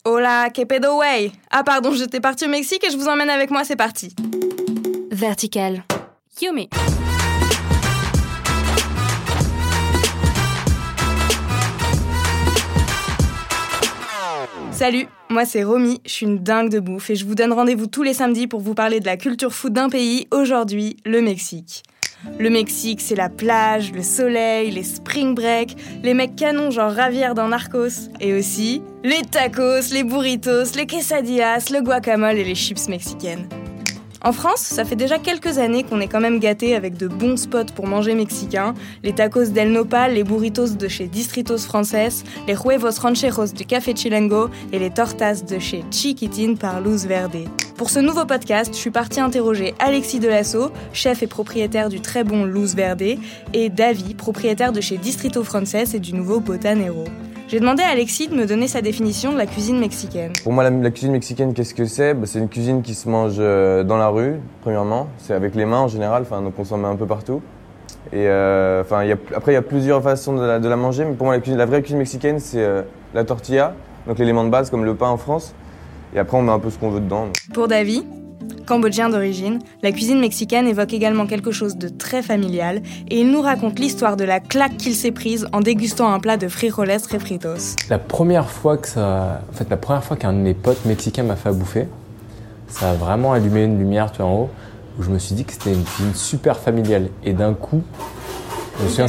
Hola, que pedo way? Ah pardon, j'étais partie au Mexique et je vous emmène avec moi, c'est parti. Vertical. Yumi. Salut, moi c'est Romy, je suis une dingue de bouffe et je vous donne rendez-vous tous les samedis pour vous parler de la culture food d'un pays, aujourd'hui le Mexique. Le Mexique, c'est la plage, le soleil, les spring break, les mecs canons genre Javier dans Narcos, et aussi les tacos, les burritos, les quesadillas, le guacamole et les chips mexicaines. En France, ça fait déjà quelques années qu'on est quand même gâtés avec de bons spots pour manger mexicain, les tacos del Nopal, les burritos de chez Distritos Frances, les huevos rancheros du Café Chilango et les tortas de chez Chiquitin par Luz Verde. Pour ce nouveau podcast, je suis partie interroger Alexis Delasso, chef et propriétaire du très bon Luz Verde, et David, propriétaire de chez Distrito Frances et du nouveau Botanero. J'ai demandé à Alexis de me donner sa définition de la cuisine mexicaine. Pour moi, la cuisine mexicaine, qu'est-ce que c'est ? C'est une cuisine qui se mange dans la rue, premièrement. C'est avec les mains en général, donc on s'en met un peu partout. Et après, il y a plusieurs façons de la manger, mais pour moi, la vraie cuisine mexicaine, c'est la tortilla, donc l'élément de base comme le pain en France. Et après, on met un peu ce qu'on veut dedans. Pour David, cambodgien d'origine, la cuisine mexicaine évoque également quelque chose de très familial et il nous raconte l'histoire de la claque qu'il s'est prise en dégustant un plat de frijoles refritos. La première fois qu'un de mes potes mexicains m'a fait à bouffer, ça a vraiment allumé une lumière en haut où je me suis dit que c'était une cuisine super familiale. Et d'un coup, je me souviens,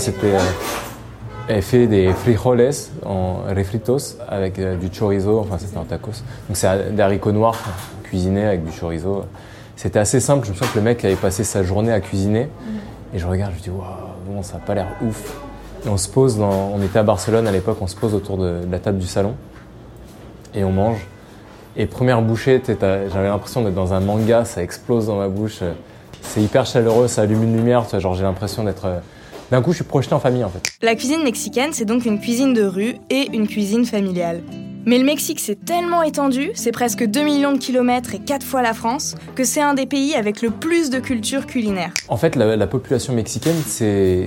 elle fait des frijoles en refritos avec du chorizo, c'était en tacos. Donc c'est des haricots noirs cuisinés avec du chorizo. C'était assez simple, je me souviens que le mec avait passé sa journée à cuisiner. Et je regarde, je me dis, waouh, bon, ça n'a pas l'air ouf. Et on se pose, on était à Barcelone à l'époque, on se pose autour de la table du salon et on mange. Et première bouchée, j'avais l'impression d'être dans un manga, ça explose dans ma bouche. C'est hyper chaleureux, ça allume une lumière, j'ai l'impression d'être... D'un coup, je suis projeté en famille en fait. La cuisine mexicaine, c'est donc une cuisine de rue et une cuisine familiale. Mais le Mexique, c'est tellement étendu, c'est presque 2 millions de kilomètres et 4 fois la France, que c'est un des pays avec le plus de culture culinaire. En fait, la population mexicaine, c'est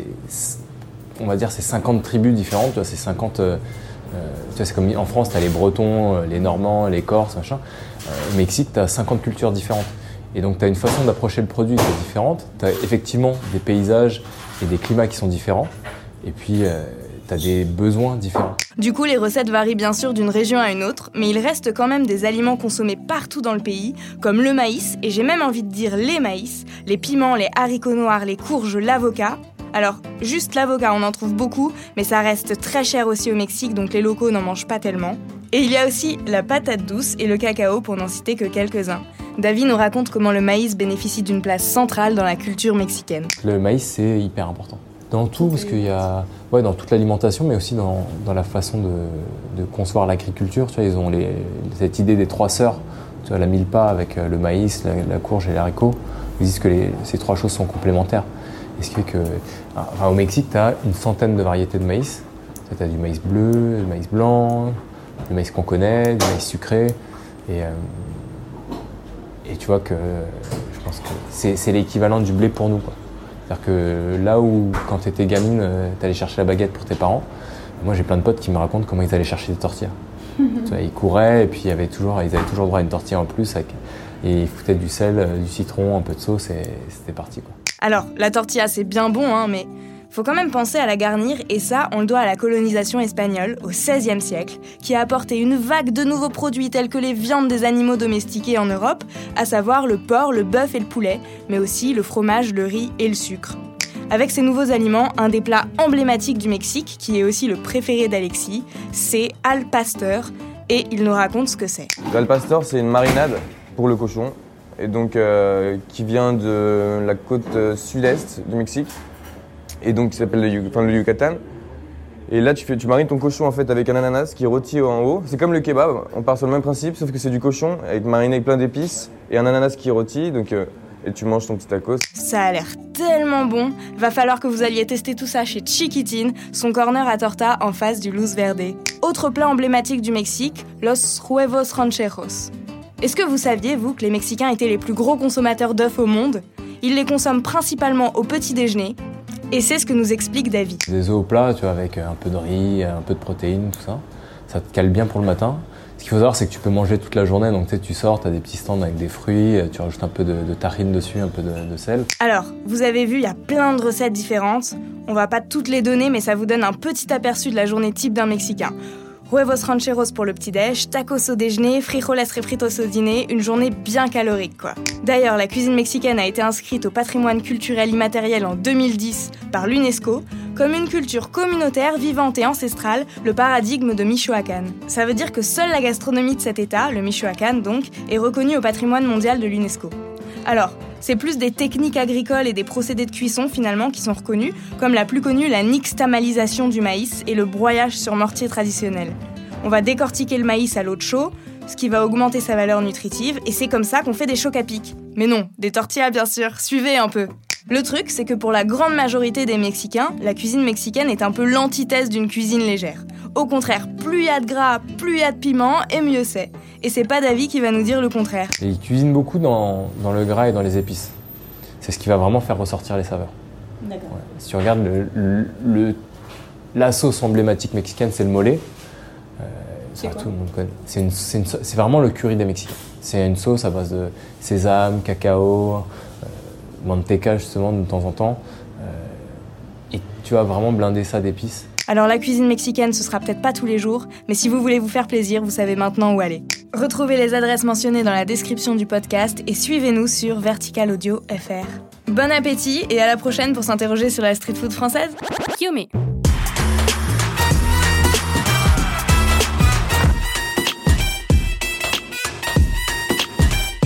50 tribus différentes, c'est 50... c'est comme en France, tu as les Bretons, les Normands, les Corses, machin. Au Mexique, tu as 50 cultures différentes. Et donc, tu as une façon d'approcher le produit qui est différente. Tu as effectivement des paysages et des climats qui sont différents. Et puis, tu as des besoins différents. Du coup, les recettes varient bien sûr d'une région à une autre, mais il reste quand même des aliments consommés partout dans le pays, comme le maïs, et j'ai même envie de dire les maïs, les piments, les haricots noirs, les courges, l'avocat. Alors, juste l'avocat, on en trouve beaucoup, mais ça reste très cher aussi au Mexique, donc les locaux n'en mangent pas tellement. Et il y a aussi la patate douce et le cacao, pour n'en citer que quelques-uns. David nous raconte comment le maïs bénéficie d'une place centrale dans la culture mexicaine. Le maïs, c'est hyper important. Dans tout, parce qu'il y a... dans toute l'alimentation, mais aussi dans la façon de concevoir l'agriculture. Ils ont cette idée des 3 sœurs, la milpa avec le maïs, la courge et l'haricot. Ils disent que ces 3 choses sont complémentaires. Et ce qui fait au Mexique, tu as une centaine de variétés de maïs. Tu as du maïs bleu, du maïs blanc, du maïs qu'on connaît, du maïs sucré. Et tu vois que je pense que c'est l'équivalent du blé pour nous, quoi. C'est-à-dire que là où, quand tu étais gamine, tu allais chercher la baguette pour tes parents, moi j'ai plein de potes qui me racontent comment ils allaient chercher des tortillas. Ils couraient et puis ils avaient toujours droit à une tortilla en plus. Et ils foutaient du sel, du citron, un peu de sauce et c'était parti, quoi. Alors, la tortilla c'est bien bon, mais faut quand même penser à la garnir et ça, on le doit à la colonisation espagnole au XVIe siècle, qui a apporté une vague de nouveaux produits tels que les viandes des animaux domestiqués en Europe, à savoir le porc, le bœuf et le poulet, mais aussi le fromage, le riz et le sucre. Avec ces nouveaux aliments, un des plats emblématiques du Mexique, qui est aussi le préféré d'Alexis, c'est al pastor, et il nous raconte ce que c'est. Al pastor, c'est une marinade pour le cochon, et donc qui vient de la côte sud-est du Mexique, et donc qui s'appelle le Yucatan. Et là, tu marines ton cochon en fait avec un ananas qui est rôti en haut. C'est comme le kebab, on part sur le même principe, sauf que c'est du cochon mariné avec plein d'épices et un ananas qui est rôti, et tu manges ton petit tacos. Ça a l'air tellement bon. Va falloir que vous alliez tester tout ça chez Chiquitin, son corner à torta en face du Luz Verde. Autre plat emblématique du Mexique, los huevos rancheros. Est-ce que vous saviez, vous, que les Mexicains étaient les plus gros consommateurs d'œufs au monde ? Ils les consomment principalement au petit déjeuner. Et c'est ce que nous explique David. Des œufs au plat, avec un peu de riz, un peu de protéines, tout ça. Ça te cale bien pour le matin. Ce qu'il faut savoir, c'est que tu peux manger toute la journée. Donc tu sors, tu as des petits stands avec des fruits, tu rajoutes un peu de tahine dessus, un peu de sel. Alors, vous avez vu, il y a plein de recettes différentes. On va pas toutes les donner, mais ça vous donne un petit aperçu de la journée type d'un Mexicain. Huevos rancheros pour le petit-déj, tacos au déjeuner, frijoles refritos au dîner, une journée bien calorique quoi. D'ailleurs, la cuisine mexicaine a été inscrite au patrimoine culturel immatériel en 2010 par l'UNESCO comme une culture communautaire, vivante et ancestrale, le paradigme de Michoacán. Ça veut dire que seule la gastronomie de cet état, le Michoacán donc, est reconnue au patrimoine mondial de l'UNESCO. Alors, c'est plus des techniques agricoles et des procédés de cuisson finalement qui sont reconnus, comme la plus connue, la nixtamalisation du maïs et le broyage sur mortier traditionnel. On va décortiquer le maïs à l'eau de chaux, ce qui va augmenter sa valeur nutritive, et c'est comme ça qu'on fait des chocs à pic. Mais non, des tortillas bien sûr, suivez un peu. Le truc, c'est que pour la grande majorité des Mexicains, la cuisine mexicaine est un peu l'antithèse d'une cuisine légère. Au contraire, plus il y a de gras, plus il y a de piment, et mieux c'est. Et c'est pas David qui va nous dire le contraire. Et ils cuisinent beaucoup dans le gras et dans les épices. C'est ce qui va vraiment faire ressortir les saveurs. D'accord. Ouais. Si tu regardes la sauce emblématique mexicaine, c'est le mole. C'est quoi ? Tout le monde connaît. C'est vraiment le curry des Mexicains. C'est une sauce à base de sésame, cacao, manteca justement de temps en temps. Et tu vas vraiment blinder ça d'épices. Alors la cuisine mexicaine, ce sera peut-être pas tous les jours, mais si vous voulez vous faire plaisir, vous savez maintenant où aller. Retrouvez les adresses mentionnées dans la description du podcast et suivez-nous sur Vertical Audio FR. Bon appétit et à la prochaine pour s'interroger sur la street food française. Yumi.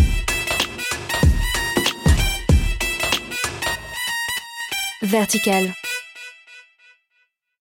Vertical.